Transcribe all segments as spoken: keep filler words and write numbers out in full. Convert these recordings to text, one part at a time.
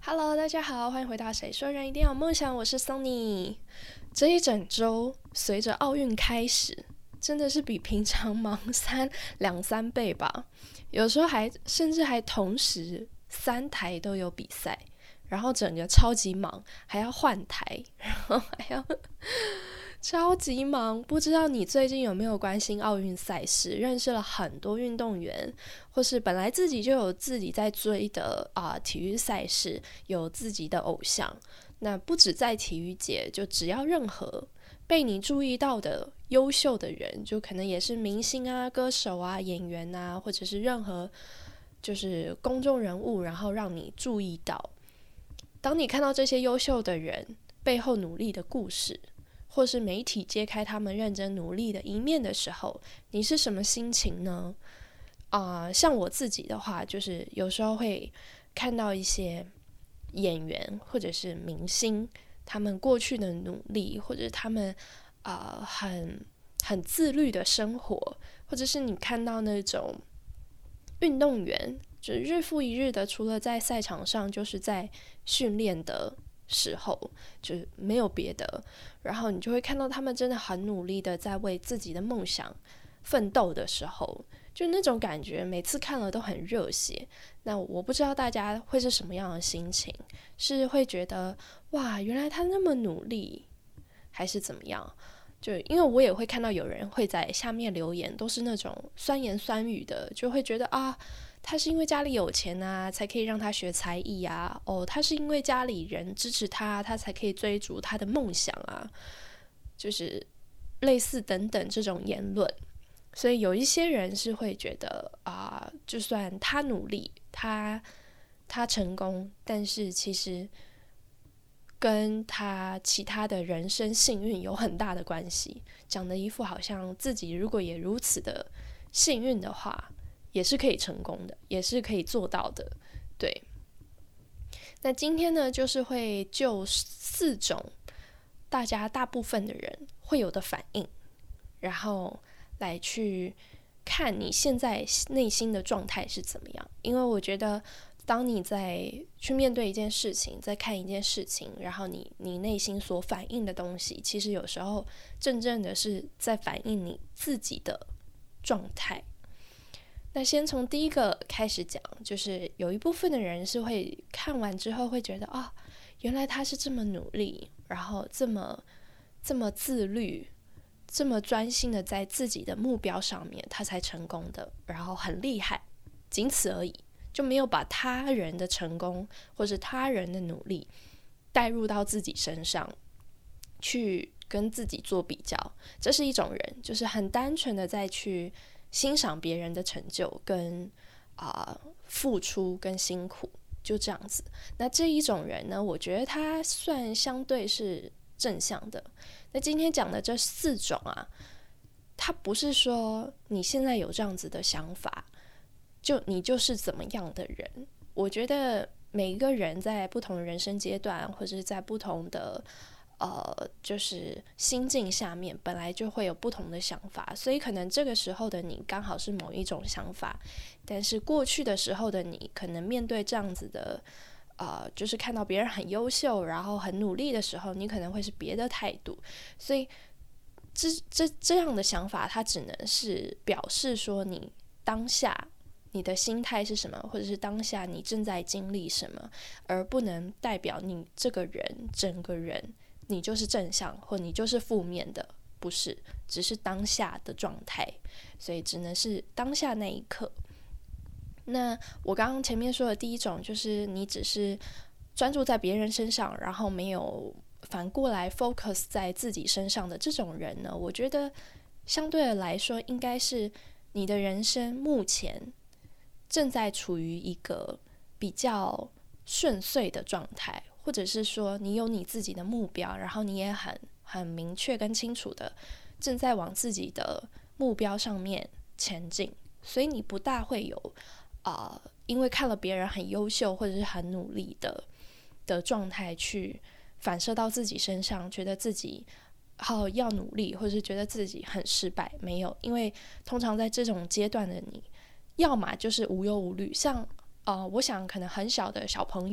Hello，大家好，欢迎回到谁说人一定要有梦想，我是 Sony。这一整周随着奥运开始，真的是比平常忙三两三倍吧，有时候还甚至还同时三台都有比赛，然后整个超级忙，还要换台，然后还要超级忙。不知道你最近有没有关心奥运赛事，认识了很多运动员，或是本来自己就有自己在追的、呃、体育赛事，有自己的偶像。那不止在体育界，就只要任何被你注意到的优秀的人，就可能也是明星啊、歌手啊、演员啊，或者是任何就是公众人物，然后让你注意到。当你看到这些优秀的人背后努力的故事，或是媒体揭开他们认真努力的一面的时候，你是什么心情呢？啊、呃，像我自己的话，就是有时候会看到一些演员或者是明星，他们过去的努力，或者他们啊、呃、很很自律的生活，或者是你看到那种运动员，就日复一日的，除了在赛场上，就是在训练的时候，就是没有别的，然后你就会看到他们真的很努力的在为自己的梦想奋斗的时候，就那种感觉每次看了都很热血。那我不知道大家会是什么样的心情，是会觉得哇原来他那么努力，还是怎么样？就因为我也会看到有人会在下面留言，都是那种酸言酸语的，就会觉得啊他是因为家里有钱啊才可以让他学才艺啊，哦他是因为家里人支持他他才可以追逐他的梦想啊，就是类似等等这种言论。所以有一些人是会觉得啊、呃，就算他努力他他成功，但是其实跟他其他的人生幸运有很大的关系，讲的一副好像自己如果也如此的幸运的话也是可以成功的，也是可以做到的。对，那今天呢就是会就四种大家大部分的人会有的反应，然后来去看你现在内心的状态是怎么样。因为我觉得当你在去面对一件事情，在看一件事情，然后你你内心所反映的东西，其实有时候真正的是在反映你自己的状态。那先从第一个开始讲，就是有一部分的人是会看完之后会觉得啊，原来他是这么努力，然后这么这么自律，这么专心的在自己的目标上面，他才成功的，然后很厉害，仅此而已，就没有把他人的成功或是他人的努力带入到自己身上去跟自己做比较。这是一种人，就是很单纯的再去欣赏别人的成就跟、呃、付出跟辛苦，就这样子。那这一种人呢，我觉得他算相对是正向的。那今天讲的这四种啊，他不是说你现在有这样子的想法就你就是怎么样的人。我觉得每一个人在不同的人生阶段，或者是在不同的呃，就是心境下面本来就会有不同的想法，所以可能这个时候的你刚好是某一种想法，但是过去的时候的你可能面对这样子的呃，就是看到别人很优秀然后很努力的时候，你可能会是别的态度。所以这这这样的想法它只能是表示说你当下你的心态是什么，或者是当下你正在经历什么，而不能代表你这个人整个人你就是正向或你就是负面的，不是，只是当下的状态，所以只能是当下那一刻。那我刚刚前面说的第一种，就是你只是专注在别人身上，然后没有反过来 focus 在自己身上的这种人呢，我觉得相对的来说应该是你的人生目前正在处于一个比较顺遂的状态，或者是说你有你自己的目标，然后你也很很明确跟清楚的正在往自己的目标上面前进，所以你不大会有呃，因为看了别人很优秀或者是很努力的的状态去反射到自己身上，觉得自己好要努力，或者是觉得自己很失败。没有，因为通常在这种阶段的你，要么就是无忧无虑，像呃，我想可能很小的小朋友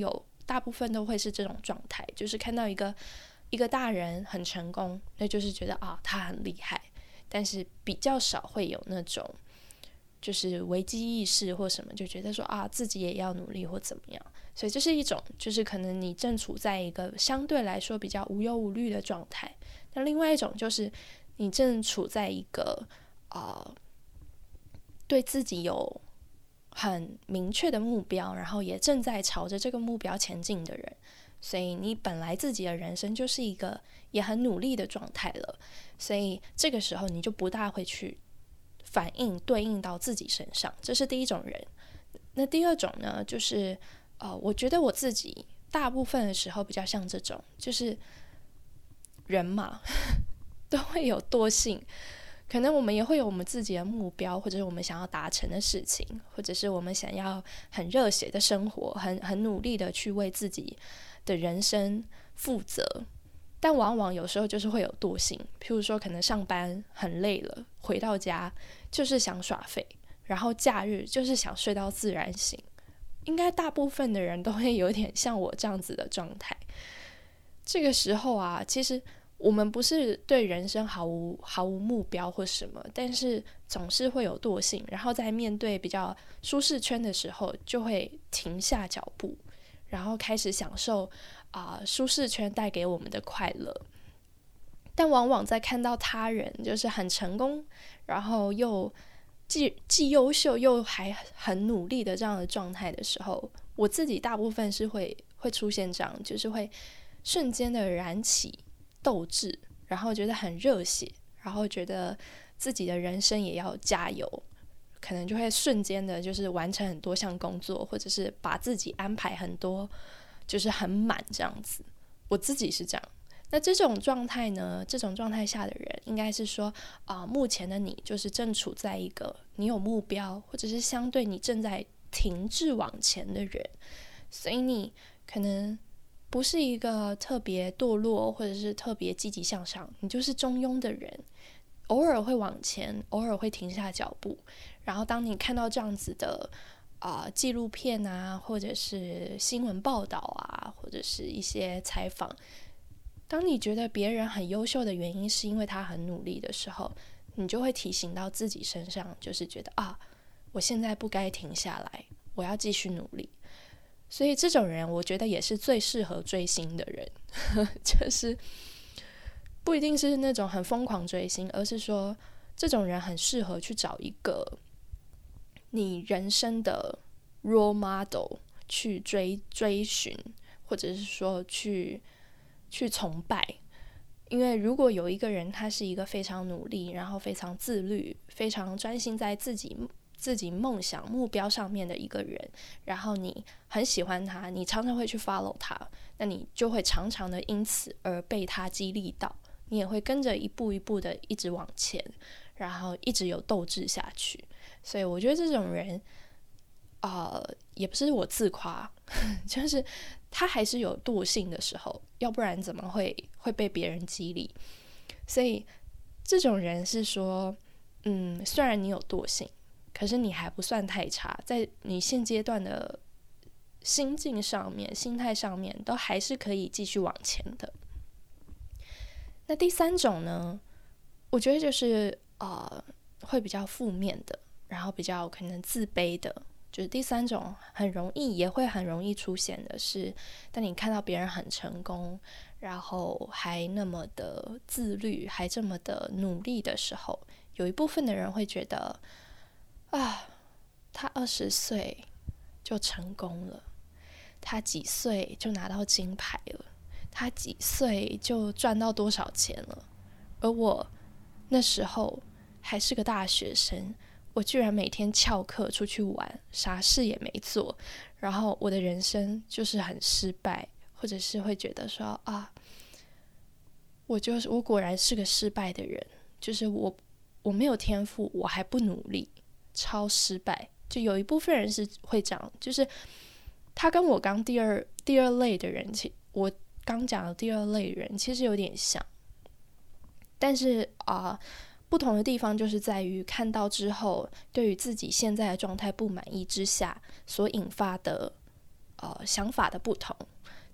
大部分都会是这种状态，就是看到一个一个大人很成功，那就是觉得啊他很厉害，但是比较少会有那种就是危机意识或什么，就觉得说啊自己也要努力或怎么样。所以这是一种就是可能你正处在一个相对来说比较无忧无虑的状态。那另外一种就是你正处在一个呃对自己有很明确的目标，然后也正在朝着这个目标前进的人，所以你本来自己的人生就是一个也很努力的状态了，所以这个时候你就不大会去反应对应到自己身上，这是第一种人。那第二种呢，就是呃，我觉得我自己大部分的时候比较像这种，就是人嘛都会有惰性，可能我们也会有我们自己的目标，或者是我们想要达成的事情，或者是我们想要很热血的生活，很很努力的去为自己的人生负责，但往往有时候就是会有惰性，譬如说可能上班很累了，回到家就是想耍废，然后假日就是想睡到自然醒。应该大部分的人都会有点像我这样子的状态。这个时候啊，其实我们不是对人生毫无毫无目标或什么，但是总是会有惰性，然后在面对比较舒适圈的时候就会停下脚步，然后开始享受啊、呃、舒适圈带给我们的快乐。但往往在看到他人就是很成功，然后又既既优秀又还很努力的这样的状态的时候，我自己大部分是会会出现这样，就是会瞬间的燃起斗志，然后觉得很热血，然后觉得自己的人生也要加油，可能就会瞬间的就是完成很多项工作，或者是把自己安排很多就是很满这样子。我自己是这样。那这种状态呢，这种状态下的人应该是说啊、呃，目前的你就是正处在一个你有目标，或者是相对你正在停滞往前的人，所以你可能不是一个特别堕落或者是特别积极向上，你就是中庸的人，偶尔会往前，偶尔会停下脚步。然后当你看到这样子的啊、呃、纪录片啊，或者是新闻报道啊，或者是一些采访，当你觉得别人很优秀的原因是因为他很努力的时候，你就会提醒到自己身上，就是觉得啊，我现在不该停下来，我要继续努力。所以这种人我觉得也是最适合追星的人就是不一定是那种很疯狂追星，而是说这种人很适合去找一个你人生的 role model 去追追寻，或者是说去去崇拜。因为如果有一个人他是一个非常努力，然后非常自律，非常专心在自己自己梦想目标上面的一个人，然后你很喜欢他，你常常会去 follow 他，那你就会常常的因此而被他激励到，你也会跟着一步一步的一直往前，然后一直有斗志下去。所以我觉得这种人呃，也不是我自夸就是他还是有惰性的时候，要不然怎么会会被别人激励。所以这种人是说嗯，虽然你有惰性，可是你还不算太差，在你现阶段的心境上面心态上面都还是可以继续往前的。那第三种呢，我觉得就是呃会比较负面的，然后比较可能自卑的，就是第三种很容易也会很容易出现的是，当你看到别人很成功，然后还那么的自律，还这么的努力的时候，有一部分的人会觉得啊，他二十岁就成功了，他几岁就拿到金牌了，他几岁就赚到多少钱了，而我那时候还是个大学生，我居然每天翘课出去玩，啥事也没做，然后我的人生就是很失败，或者是会觉得说啊，我就是我果然是个失败的人，就是我我没有天赋，我还不努力，超失败。就有一部分人是会这样，就是他跟我刚第二第二类的人，其我刚讲的第二类人其实有点像，但是啊。呃不同的地方就是在于看到之后对于自己现在的状态不满意之下所引发的呃想法的不同。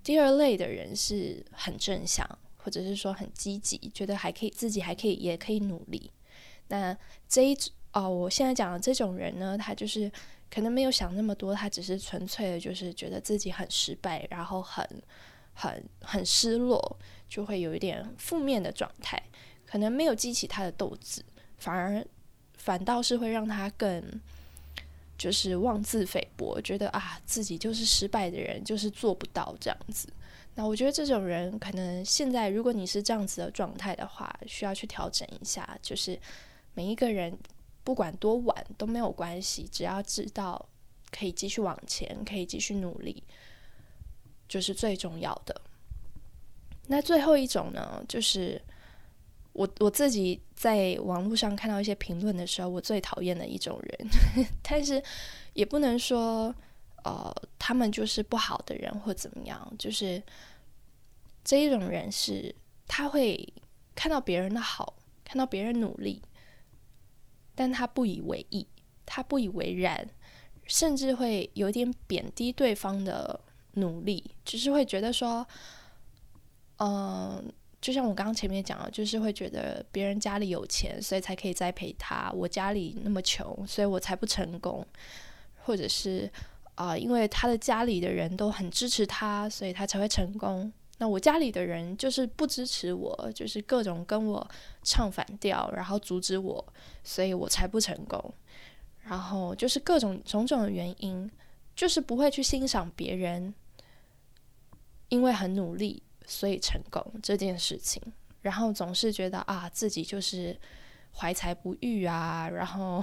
第二类的人是很正向，或者是说很积极，觉得还可以，自己还可以，也可以努力。那这一哦，我现在讲的这种人呢，他就是可能没有想那么多，他只是纯粹的就是觉得自己很失败，然后很很很失落，就会有一点负面的状态，可能没有激起他的斗志，反而反倒是会让他更就是妄自菲薄，觉得啊自己就是失败的人，就是做不到这样子。那我觉得这种人可能现在如果你是这样子的状态的话，需要去调整一下，就是每一个人不管多晚都没有关系，只要知道可以继续往前，可以继续努力，就是最重要的。那最后一种呢，就是我我自己在网络上看到一些评论的时候，我最讨厌的一种人但是也不能说呃他们就是不好的人或怎么样，就是这一种人是他会看到别人的好，看到别人努力，但他不以为意，他不以为然，甚至会有点贬低对方的努力，就是会觉得说嗯、呃就像我刚刚前面讲的，就是会觉得别人家里有钱，所以才可以栽培他，我家里那么穷，所以我才不成功，或者是啊、呃，因为他的家里的人都很支持他，所以他才会成功。那我家里的人就是不支持我，就是各种跟我唱反调，然后阻止我，所以我才不成功。然后就是各种种种的原因，就是不会去欣赏别人因为很努力所以成功这件事情，然后总是觉得啊自己就是怀才不遇啊，然后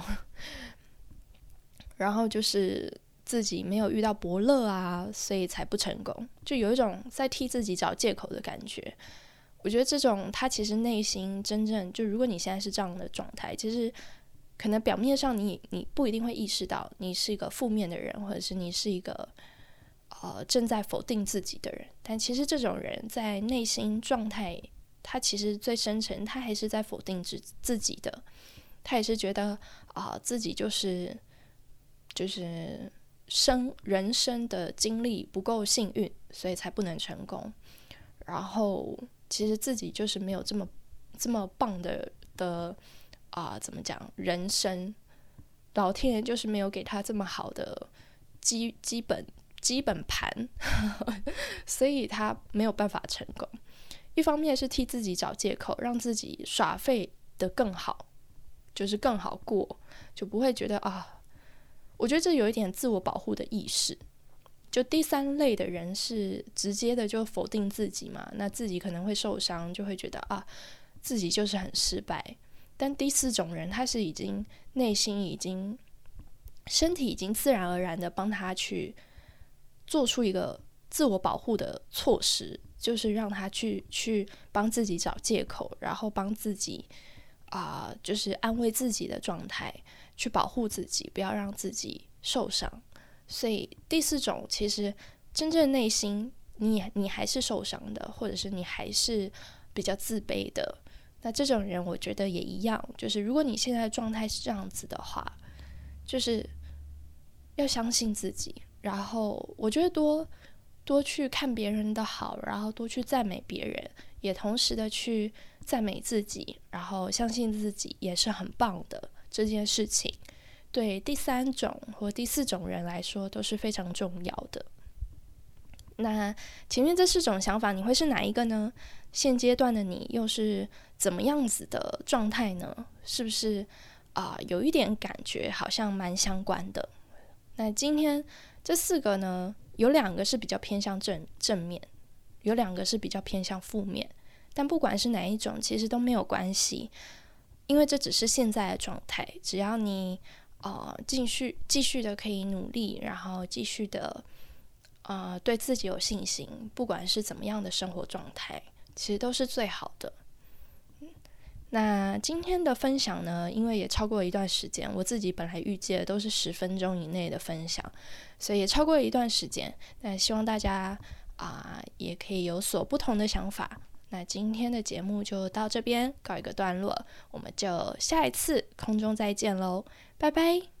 然后就是自己没有遇到伯乐啊，所以才不成功，就有一种在替自己找借口的感觉。我觉得这种他其实内心真正就，如果你现在是这样的状态，其实可能表面上你你不一定会意识到你是一个负面的人，或者是你是一个呃正在否定自己的人，但其实这种人在内心状态，他其实最深层他还是在否定自自己的，他也是觉得啊、呃、自己就是就是生人生的经历不够幸运，所以才不能成功。然后其实自己就是没有这么这么棒的的啊、呃，怎么讲？人生老天爷就是没有给他这么好的基基本基本盘，所以他没有办法成功。一方面是替自己找借口，让自己耍废的更好，就是更好过，就不会觉得啊。我觉得这有一点自我保护的意识。就第三类的人是直接的就否定自己嘛，那自己可能会受伤，就会觉得啊自己就是很失败。但第四种人他是已经内心已经身体已经自然而然的帮他去做出一个自我保护的措施，就是让他去去帮自己找借口，然后帮自己啊、呃，就是安慰自己的状态，去保护自己，不要让自己受伤。所以第四种其实真正内心你你还是受伤的，或者是你还是比较自卑的，那这种人我觉得也一样，就是如果你现在的状态是这样子的话，就是要相信自己，然后我觉得多多去看别人的好，然后多去赞美别人，也同时的去赞美自己，然后相信自己也是很棒的这件事情，对第三种或第四种人来说都是非常重要的。那前面这四种想法你会是哪一个呢？现阶段的你又是怎么样子的状态呢？是不是啊、呃、有一点感觉好像蛮相关的？那今天这四个呢，有两个是比较偏向正正面，有两个是比较偏向负面，但不管是哪一种其实都没有关系，因为这只是现在的状态，只要你呃继续继续的可以努力，然后继续的呃对自己有信心，不管是怎么样的生活状态其实都是最好的。那今天的分享呢，因为也超过了一段时间，我自己本来预计的都是十分钟以内的分享，所以也超过了一段时间。那希望大家啊、呃、也可以有所不同的想法。那今天的节目就到这边告一个段落，我们就下一次空中再见喽，拜拜。